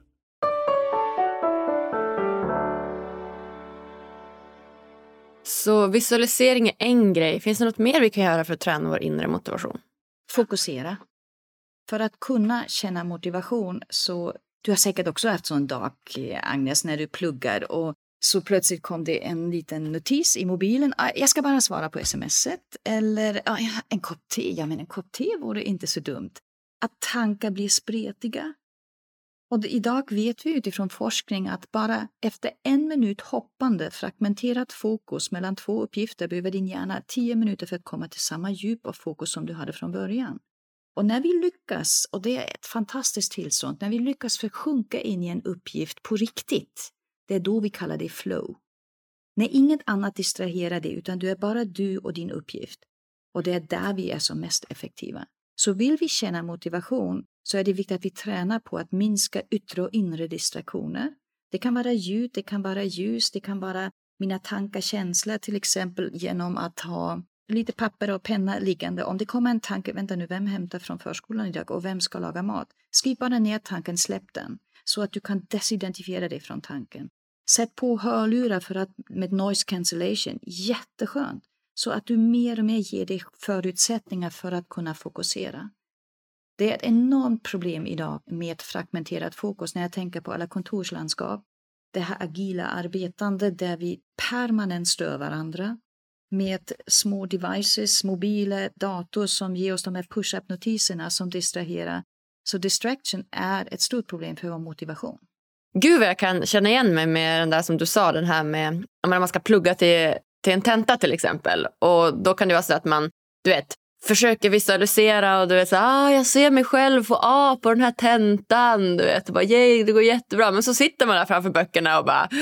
Så visualisering är en grej. Finns det något mer vi kan göra för att träna vår inre motivation? Fokusera. För att kunna känna motivation så... Du har säkert också haft sån dag, Agnes, när du pluggar och så plötsligt kom det en liten notis i mobilen. Jag ska bara svara på smset. Eller en kopp te. Ja, men en kopp te vore inte så dumt. Att tankar blir spretiga. Och idag vet vi utifrån forskning att bara efter 1 minut hoppande fragmenterat fokus mellan 2 uppgifter behöver din hjärna 10 minuter för att komma till samma djup av fokus som du hade från början. Och när vi lyckas, och det är ett fantastiskt tillstånd, när vi lyckas försjunka in i en uppgift på riktigt, det är då vi kallar det flow. När inget annat distraherar dig utan du är bara du och din uppgift. Och det är där vi är som mest effektiva. Så vill vi känna motivation så är det viktigt att vi tränar på att minska yttre och inre distraktioner. Det kan vara ljud, det kan vara ljus, det kan vara mina tankar, känslor, till exempel genom att ha lite papper och penna liggande. Om det kommer en tanke, vänta nu, vem hämtar från förskolan idag och vem ska laga mat? Skriv bara ner tanken, släpp den. Så att du kan desidentifiera dig från tanken. Sätt på hörlurar för att, med noise cancellation, jätteskönt. Så att du mer och mer ger dig förutsättningar för att kunna fokusera. Det är ett enormt problem idag med ett fragmenterat fokus när jag tänker på alla kontorslandskap. Det här agila arbetande där vi permanent stör varandra med små devices, mobiler, dator som ger oss de här push-up-notiserna som distraherar. Så distraction är ett stort problem för vår motivation. Gud vad jag kan känna igen mig med den där som du sa, den här med när man ska plugga till en tenta till exempel. Och då kan det vara så att man, du vet, försöker visualisera och du vet så jag ser mig själv få A på den här tentan, du vet, bara yay, det går jättebra. Men så sitter man där framför böckerna och bara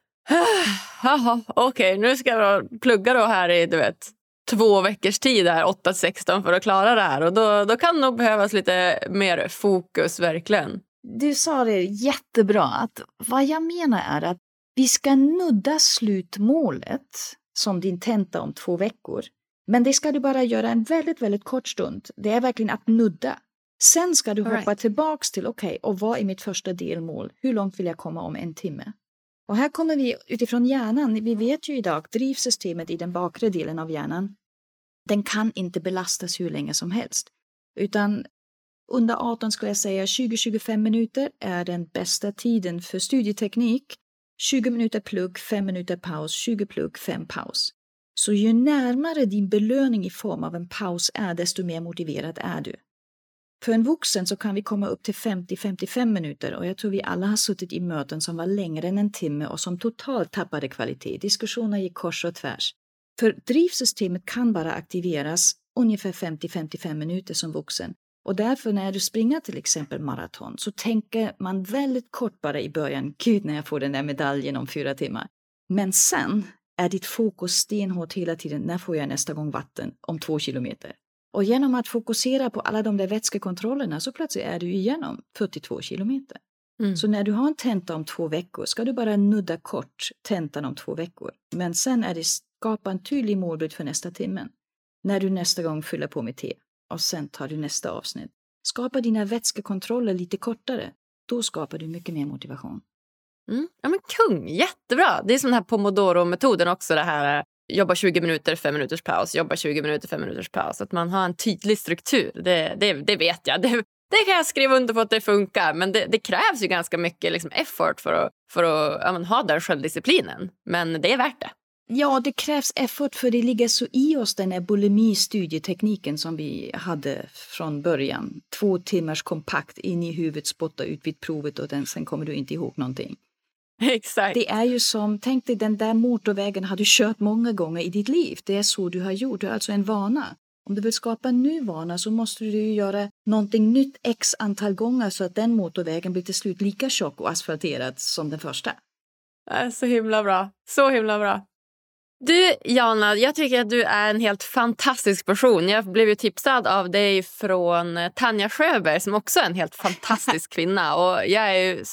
jaha, okej, nu ska jag plugga då här i, du vet, 2 veckors tid här, 8-16 för att klara det här. Och då kan det nog behövas lite mer fokus, verkligen. Du sa det jättebra, att vad jag menar är att vi ska nudda slutmålet som din tenta om 2 veckor. Men det ska du bara göra en väldigt, väldigt kort stund. Det är verkligen att nudda. Sen ska du hoppa tillbaks till och vad är mitt första delmål? Hur långt vill jag komma om 1 timme? Och här kommer vi utifrån hjärnan. Vi vet ju idag, drivsystemet i den bakre delen av hjärnan, den kan inte belastas hur länge som helst. Utan under 18 skulle jag säga 20-25 minuter är den bästa tiden för studieteknik. 20 minuter plugg, 5 minuter paus, 20 plugg, 5 paus. Så ju närmare din belöning i form av en paus är, desto mer motiverad är du. För en vuxen så kan vi komma upp till 50-55 minuter och jag tror vi alla har suttit i möten som var längre än 1 timme och som totalt tappade kvalitet. Diskussioner gick kors och tvärs. För drivsystemet kan bara aktiveras ungefär 50-55 minuter som vuxen. Och därför när du springer till exempel maraton så tänker man väldigt kort bara i början, gud när jag får den där medaljen om 4 timmar. Men sen är ditt fokus stenhårt hela tiden, när får jag nästa gång vatten om 2 kilometer? Och genom att fokusera på alla de där vätskekontrollerna så plötsligt är du igenom 42 kilometer. Så när du har en tenta om 2 veckor ska du bara nudda kort tentan om 2 veckor. Men sen är det skapa en tydlig målbild för nästa timmen. När du nästa gång fyller på med te och sen tar du nästa avsnitt. Skapa dina vätskekontroller lite kortare. Då skapar du mycket mer motivation. Ja men kung, jättebra. Det är som den här Pomodoro-metoden också, det här jobba 20 minuter, 5 minuters paus, jobba 20 minuter, 5 minuters paus. Att man har en tydlig struktur, det vet jag. Det kan jag skriva under på att det funkar, men det krävs ju ganska mycket liksom effort för att ha den självdisciplinen. Men det är värt det. Ja, det krävs effort för det ligger så i oss den här bulimi-studietekniken som vi hade från början. 2 timmars kompakt in i huvudet, spotta ut vid provet och sen kommer du inte ihåg någonting. Exakt. Det är ju som, tänk dig den där motorvägen har du kört många gånger i ditt liv. Det är så du har gjort, du är alltså en vana. Om du vill skapa en ny vana så måste du göra någonting nytt x antal gånger så att den motorvägen blir till slut lika tjock och asfalterad som den första. Så himla bra, så himla bra. Du, Jana, jag tycker att du är en helt fantastisk person. Jag blev ju tipsad av dig från Tanja Sjöberg som också är en helt fantastisk kvinna. Och jag är ju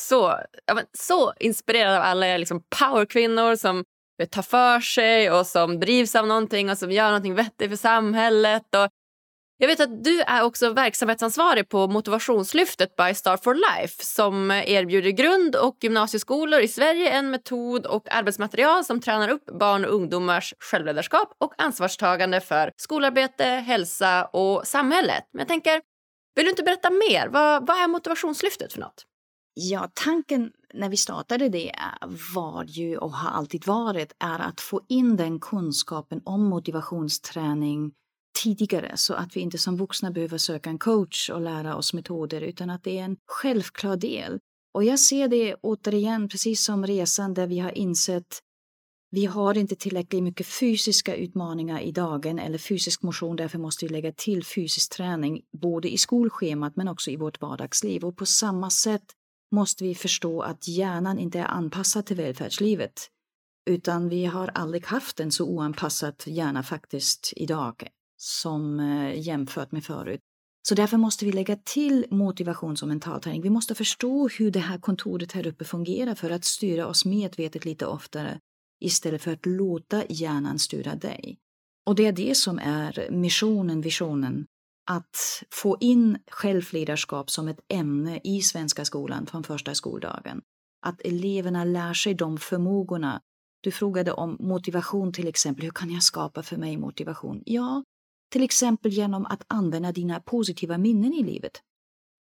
så inspirerad av alla liksom powerkvinnor som tar för sig och som drivs av någonting och som gör någonting vettigt för samhället. Och jag vet att du är också verksamhetsansvarig på Motivationslyftet by Start for Life som erbjuder grund- och gymnasieskolor i Sverige en metod och arbetsmaterial som tränar upp barn och ungdomars självledarskap och ansvarstagande för skolarbete, hälsa och samhället. Men jag tänker, vill du inte berätta mer? Vad är Motivationslyftet för något? Ja, tanken när vi startade det var ju och har alltid varit är att få in den kunskapen om motivationsträning tidigare så att vi inte som vuxna behöver söka en coach och lära oss metoder utan att det är en självklar del. Och jag ser det återigen precis som resan där vi har insett vi har inte tillräckligt mycket fysiska utmaningar i dagen eller fysisk motion, därför måste vi lägga till fysisk träning både i skolschemat men också i vårt vardagsliv. Och på samma sätt måste vi förstå att hjärnan inte är anpassad till välfärdslivet utan vi har aldrig haft en så oanpassad hjärna faktiskt idag som jämfört med förut. Så därför måste vi lägga till motivation som mentalträning. Vi måste förstå hur det här kontoret här uppe fungerar för att styra oss medvetet lite oftare istället för att låta hjärnan styra dig. Och det är det som är missionen, visionen. Att få in självledarskap som ett ämne i svenska skolan från första skoldagen. Att eleverna lär sig de förmågorna. Du frågade om motivation till exempel. Hur kan jag skapa för mig motivation? Ja, till exempel genom att använda dina positiva minnen i livet.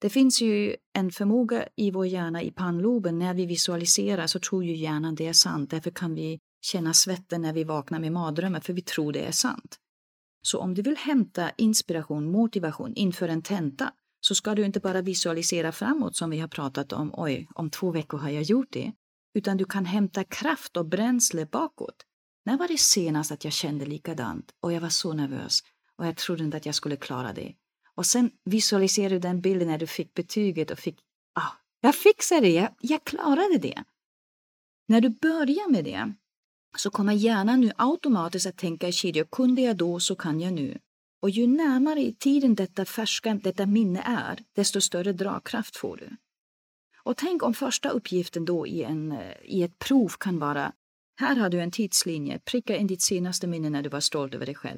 Det finns ju en förmåga i vår hjärna i pannloben. När vi visualiserar så tror ju hjärnan det är sant. Därför kan vi känna svetten när vi vaknar med mardrömmar, för vi tror det är sant. Så om du vill hämta inspiration, motivation inför en tenta, så ska du inte bara visualisera framåt som vi har pratat om. Oj, om 2 veckor har jag gjort det. Utan du kan hämta kraft och bränsle bakåt. När var det senast att jag kände likadant och jag var så nervös och jag trodde inte att jag skulle klara det? Och sen visualiserar du den bilden när du fick betyget och jag fixade det, jag klarade det. När du börjar med det så kommer hjärnan nu automatiskt att tänka i kedjor. Kunde jag då så kan jag nu. Och ju närmare i tiden detta minne är, desto större dragkraft får du. Och tänk om första uppgiften då i ett prov kan vara: här har du en tidslinje, pricka in ditt senaste minne när du var stolt över dig själv.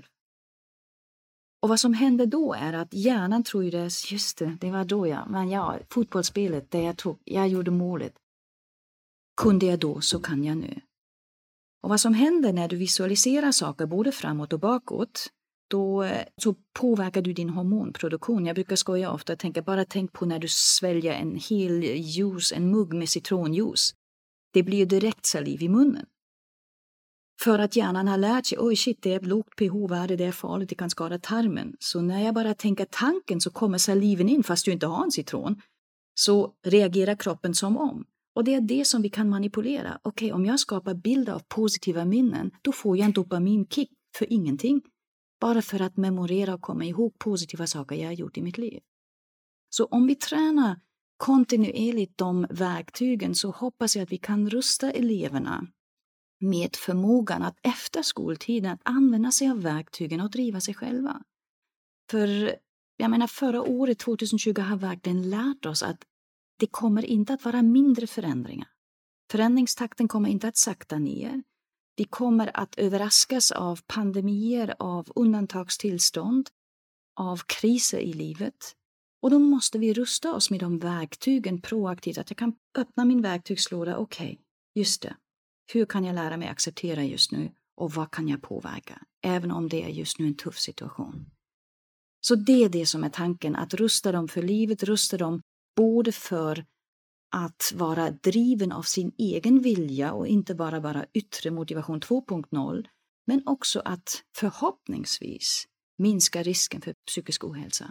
Och vad som händer då är att hjärnan tror ju det var då fotbollsspelet där jag gjorde målet. Kunde jag då så kan jag nu. Och vad som händer när du visualiserar saker både framåt och bakåt, då så påverkar du din hormonproduktion. Jag brukar skoja ofta och tänk på när du sväljer en hel juice, en mugg med citronjuice. Det blir ju direkt saliv i munnen. För att hjärnan har lärt sig, det är ett lågt pH-värde, det är farligt, det kan skada tarmen. Så när jag bara tänker tanken så kommer saliven in fast du inte har en citron. Så reagerar kroppen som om. Och det är det som vi kan manipulera. Okej, om jag skapar bilder av positiva minnen, då får jag en dopaminkick för ingenting. Bara för att memorera och komma ihåg positiva saker jag har gjort i mitt liv. Så om vi tränar kontinuerligt de verktygen så hoppas jag att vi kan rusta eleverna med förmågan att efter skoltiden att använda sig av verktygen och driva sig själva. För förra året 2020 har verkligen lärt oss att det kommer inte att vara mindre förändringar. Förändringstakten kommer inte att sakta ner. Vi kommer att överraskas av pandemier, av undantagstillstånd, av kriser i livet. Och då måste vi rusta oss med de verktygen proaktivt. Att jag kan öppna min verktygslåda. Okej, just det. Hur kan jag lära mig acceptera just nu? Och vad kan jag påverka? Även om det är just nu en tuff situation. Så det är det som är tanken. Att rusta dem för livet. Rusta dem både för att vara driven av sin egen vilja och inte bara vara yttre motivation 2.0, men också att förhoppningsvis minska risken för psykisk ohälsa.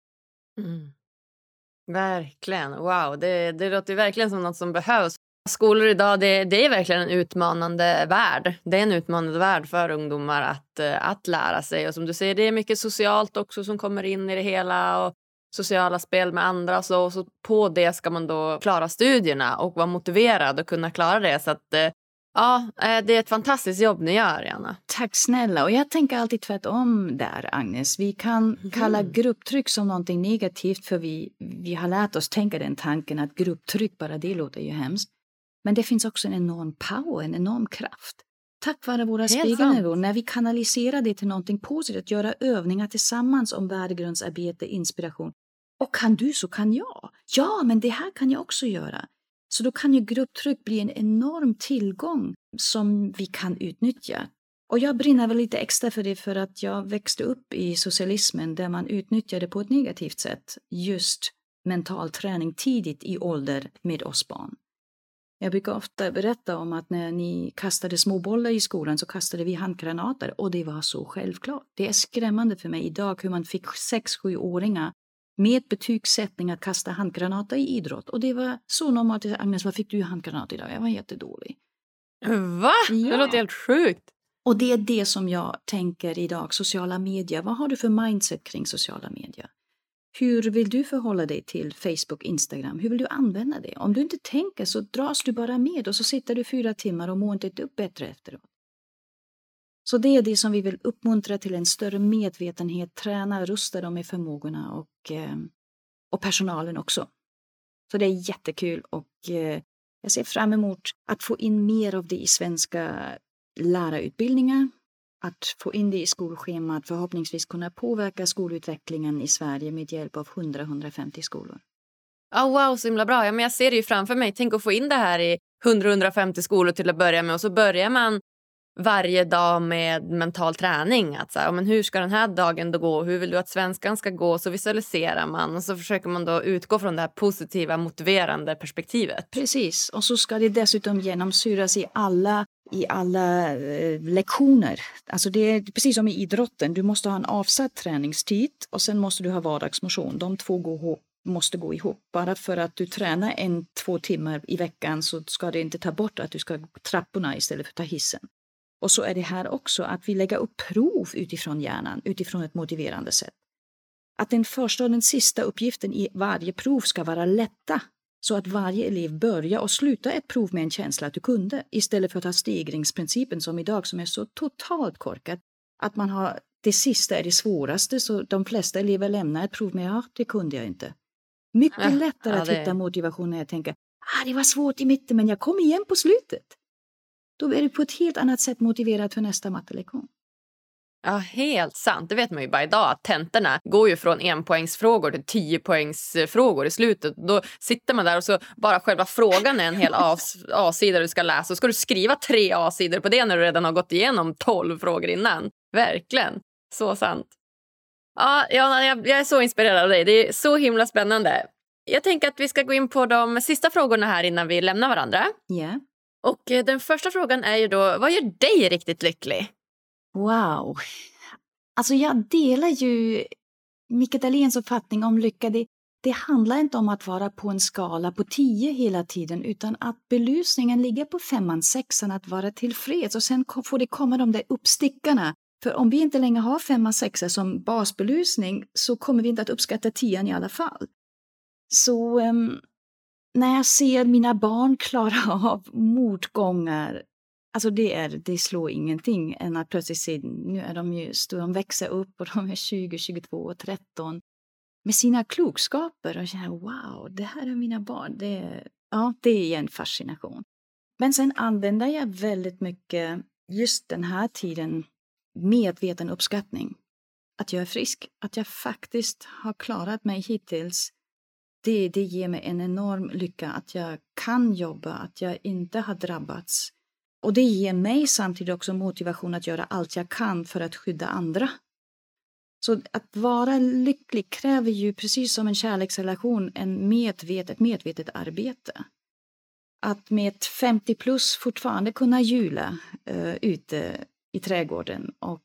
Verkligen, wow, det låter verkligen som något som behövs. Skolor idag, det är verkligen en utmanande värld. Det är en utmanande värld för ungdomar att lära sig. Och som du säger, det är mycket socialt också som kommer in i det hela och sociala spel med andra. Så på det ska man då klara studierna och vara motiverad och kunna klara det. Så att det är ett fantastiskt jobb ni gör, Anna. Tack snälla. Och jag tänker alltid tvärtom där, Agnes. Vi kan kalla grupptryck som någonting negativt för vi har lärt oss tänka den tanken att grupptryck, bara det låter ju hemskt. Men det finns också en enorm power, en enorm kraft. Tack vare våra spegelnivåer, när vi kanaliserar det till någonting positivt, att göra övningar tillsammans om värdegrundsarbete, inspiration. Och kan du så kan jag. Ja, men det här kan jag också göra. Så då kan ju grupptryck bli en enorm tillgång som vi kan utnyttja. Och jag brinner väl lite extra för det för att jag växte upp i socialismen där man utnyttjade på ett negativt sätt just mental träning tidigt i ålder med oss barn. Jag brukar ofta berätta om att när ni kastade små bollar i skolan så kastade vi handgranater och det var så självklart. Det är skrämmande för mig idag hur man fick 6-7-åringar med betygssättning att kasta handgranater i idrott. Och det var så normalt. Agnes, vad fick du i handgranat idag? Jag var jättedålig. Va? Ja. Det låter helt sjukt. Och det är det som jag tänker idag. Sociala medier. Vad har du för mindset kring sociala medier? Hur vill du förhålla dig till Facebook, Instagram? Hur vill du använda det? Om du inte tänker så dras du bara med och så sitter du 4 timmar och mår inte upp bättre efteråt. Så det är det som vi vill uppmuntra till en större medvetenhet, träna, rusta dem med förmågorna och personalen också. Så det är jättekul och jag ser fram emot att få in mer av det i svenska lärarutbildningar. Att få in det i skolschemat, förhoppningsvis kunna påverka skolutvecklingen i Sverige med hjälp av 100-150 skolor. Wow, så himla bra. Ja, men jag ser det ju framför mig. Tänk att få in det här i 100-150 skolor till att börja med. Och så börjar man varje dag med mental träning. Att så här, men hur ska den här dagen då gå? Hur vill du att svenskan ska gå? Så visualiserar man och så försöker man då utgå från det här positiva, motiverande perspektivet. Precis, och så ska det dessutom genomsyras i alla lektioner. Alltså det är precis som i idrotten, du måste ha en avsatt träningstid och sen måste du ha vardagsmotion. De två måste gå ihop. Bara för att du tränar 1-2 timmar i veckan så ska det inte ta bort att du ska gå trapporna istället för att ta hissen. Och så är det här också att vi lägger upp prov utifrån hjärnan, utifrån ett motiverande sätt. Att den första och den sista uppgiften i varje prov ska vara lätta. Så att varje elev börjar och slutar ett prov med en känsla att du kunde. Istället för att ha stegringsprincipen som idag som är så totalt korkat. Att man har det sista är det svåraste så de flesta elever lämnar ett prov med det kunde jag inte. Mycket lättare att hitta motivation när jag tänker det var svårt i mitten men jag kom igen på slutet. Då är du på ett helt annat sätt motiverad för nästa mattelektion. Ja, helt sant. Det vet man ju bara idag att tentorna går ju från 1-poängsfrågor till 10-poängsfrågor i slutet. Då sitter man där och så bara själva frågan är en hel A-sida du ska läsa. Och ska du skriva 3 A-sidor på det när du redan har gått igenom 12 frågor innan. Verkligen. Så sant. Ja, jag är så inspirerad av dig. Det är så himla spännande. Jag tänker att vi ska gå in på de sista frågorna här innan vi lämnar varandra. Ja. Och den första frågan är ju då, vad gör dig riktigt lycklig? Wow. Alltså jag delar ju Micke Dahléns uppfattning om lycka. Det handlar inte om att vara på en skala på 10 hela tiden utan att belysningen ligger på 5-6, att vara tillfreds och sen får det komma de där uppstickarna. För om vi inte längre har 5-6 som basbelysning så kommer vi inte att uppskatta 10 i alla fall. Så när jag ser mina barn klara av motgångar, alltså det slår ingenting än att plötsligt se, nu är de växer upp och de är 20, 22 och 13 med sina klokskaper och känner wow, det här är mina barn. Det är en fascination. Men sen använder jag väldigt mycket just den här tiden medveten uppskattning. Att jag är frisk, att jag faktiskt har klarat mig hittills. Det ger mig en enorm lycka att jag kan jobba, att jag inte har drabbats. Och det ger mig samtidigt också motivation att göra allt jag kan för att skydda andra. Så att vara lycklig kräver ju precis som en kärleksrelation ett medvetet arbete. Att med ett 50 plus fortfarande kunna jula ute i trädgården och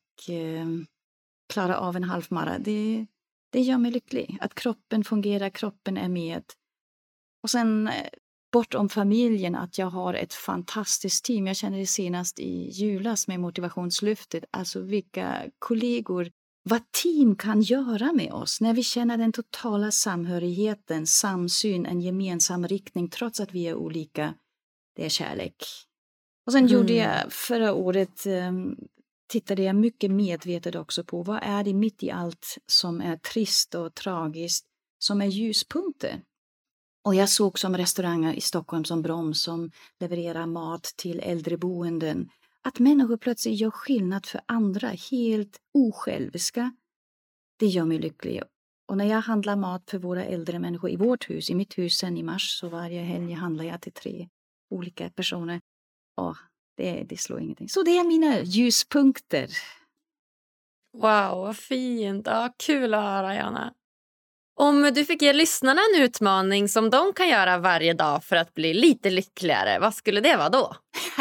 klara av en halvmara, det gör mig lycklig. Att kroppen fungerar, kroppen är med. Och sen bortom familjen att jag har ett fantastiskt team. Jag känner det senast i julas med motivationslyftet. Alltså vilka kollegor, vad team kan göra med oss. När vi känner den totala samhörigheten, samsyn, en gemensam riktning trots att vi är olika. Det är kärlek. Och sen gjorde jag förra året, tittade jag mycket medvetet också på vad är det mitt i allt som är trist och tragiskt som är ljuspunkter. Och jag såg som restauranger i Stockholm som Broms som levererar mat till äldreboenden. Att människor plötsligt gör skillnad för andra, helt osjälviska. Det gör mig lycklig. Och när jag handlar mat för våra äldre människor i vårt hus, i mitt hus sen i mars, så varje helg handlar jag till 3 olika personer. Det slår ingenting. Så det är mina ljuspunkter. Wow, vad fint. Ja, kul att höra, Jana. Om du fick ge lyssnarna en utmaning som de kan göra varje dag för att bli lite lyckligare, vad skulle det vara då?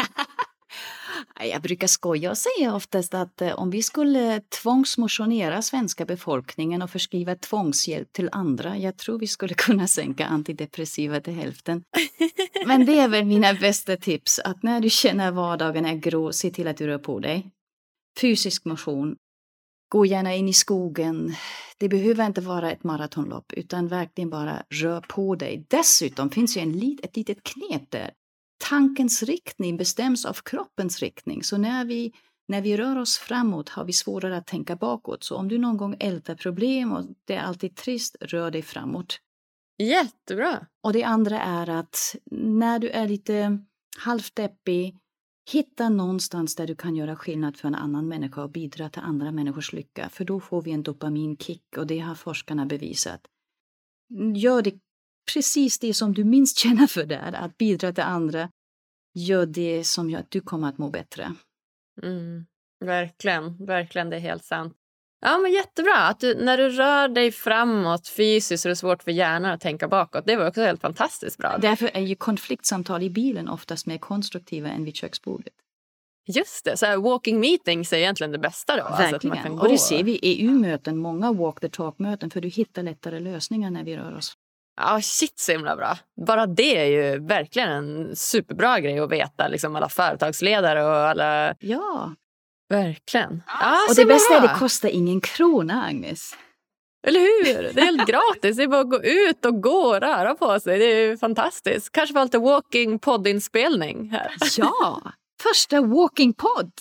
Jag brukar skoja och säga oftast att om vi skulle tvångsmotionera svenska befolkningen och förskriva tvångshjälp till andra, jag tror vi skulle kunna sänka antidepressiva till hälften. Men det är väl mina bästa tips, att när du känner vardagen är grå, se till att du rör på dig. Fysisk motion. Gå gärna in i skogen. Det behöver inte vara ett maratonlopp utan verkligen bara rör på dig. Dessutom finns ju ett litet knep där. Tankens riktning bestäms av kroppens riktning. Så när vi rör oss framåt har vi svårare att tänka bakåt. Så om du någon gång ältar problem och det är alltid trist, rör dig framåt. Jättebra. Och det andra är att när du är lite halvdeppig, hitta någonstans där du kan göra skillnad för en annan människa och bidra till andra människors lycka. För då får vi en dopaminkick och det har forskarna bevisat. Gör det precis det som du minst känner för där, att bidra till andra. Gör det som gör att du kommer att må bättre. Verkligen, verkligen, det är helt sant. Ja, men jättebra att när du rör dig framåt fysiskt så är det svårt för hjärnan att tänka bakåt. Det var också helt fantastiskt bra. Därför är ju konfliktsamtal i bilen oftast mer konstruktiva än vid köksbordet. Just det, så här, walking meetings är egentligen det bästa då. Verkligen, alltså att man kan och det gå. ser vi i EU-möten, många walk the talk-möten, för du hittar lättare lösningar när vi rör oss. Ja, shit, så himla bra. Bara det är ju verkligen en superbra grej att veta, liksom alla företagsledare och alla... Ja. Verkligen. Ja, och det bästa är att det kostar ingen krona, Agnes. Eller hur? Det är helt gratis. Det är bara att gå ut och gå och röra på sig. Det är ju fantastiskt. Kanske var lite walking poddinspelning här. Ja, första walking podd.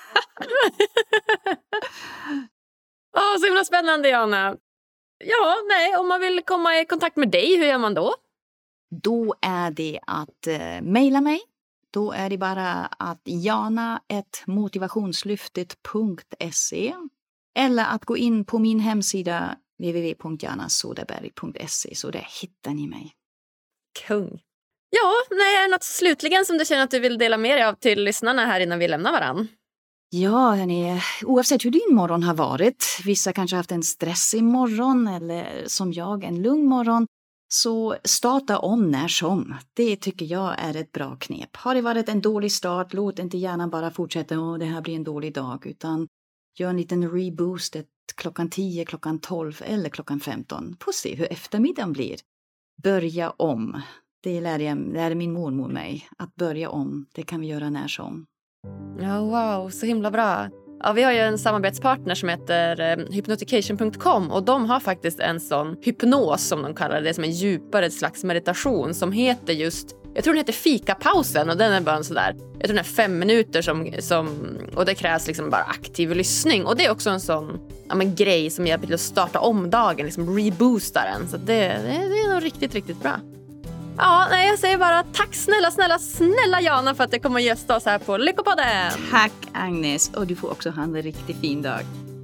Så himla spännande, Jana. Ja, nej, om man vill komma i kontakt med dig, hur gör man då? Då är det att mejla mig. Då är det bara att jana@motivationslyftet.se eller att gå in på min hemsida www.janasoderberg.se, så där hittar ni mig. Kung. Ja, nej, är det något slutligen som du känner att du vill dela med dig av till lyssnarna här innan vi lämnar varann? Ja, hörni, oavsett hur din morgon har varit, vissa kanske haft en stressig morgon eller som jag en lugn morgon, så starta om när som. Det tycker jag är ett bra knep. Har det varit en dålig start, låt inte gärna bara fortsätta, det här blir en dålig dag, utan gör en liten reboost klockan 10, klockan 12 eller klockan 15. Få se hur eftermiddagen blir. Börja om. Det lärde min mormor mig. Att börja om, det kan vi göra när som. Ja, wow, så himla bra. Ja, vi har ju en samarbetspartner som heter hypnotication.com och de har faktiskt en sån hypnos som de kallar det, som en djupare slags meditation som heter just, jag tror den heter fikapausen, och den är bara en sådär, jag tror den är 5 minuter som och det krävs liksom bara aktiv lyssning, och det är också en sån grej som hjälper till att starta om dagen, liksom reboosta den, så det är nog riktigt, riktigt bra. Ja, nej, jag säger bara tack snälla Jana för att du kommer att gästa oss här på Lyckopodden. Tack Agnes, och du får också ha en riktigt fin dag.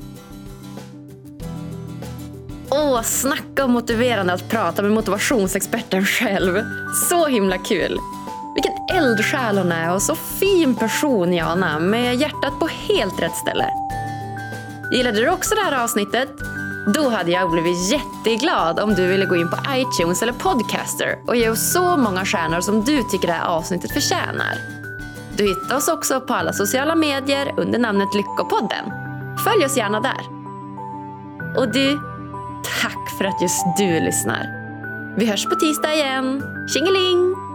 Snacka om motiverande att prata med motivationsexperten själv. Så himla kul. Vilken eldsjäl hon är och så fin person, Jana, med hjärtat på helt rätt ställe. Gillade du också det här avsnittet? Då hade jag blivit jätteglad om du ville gå in på iTunes eller Podcaster och ge oss så många stjärnor som du tycker det här avsnittet förtjänar. Du hittar oss också på alla sociala medier under namnet Lyckopodden. Följ oss gärna där. Och du, tack för att just du lyssnar. Vi hörs på tisdag igen. Tjingeling!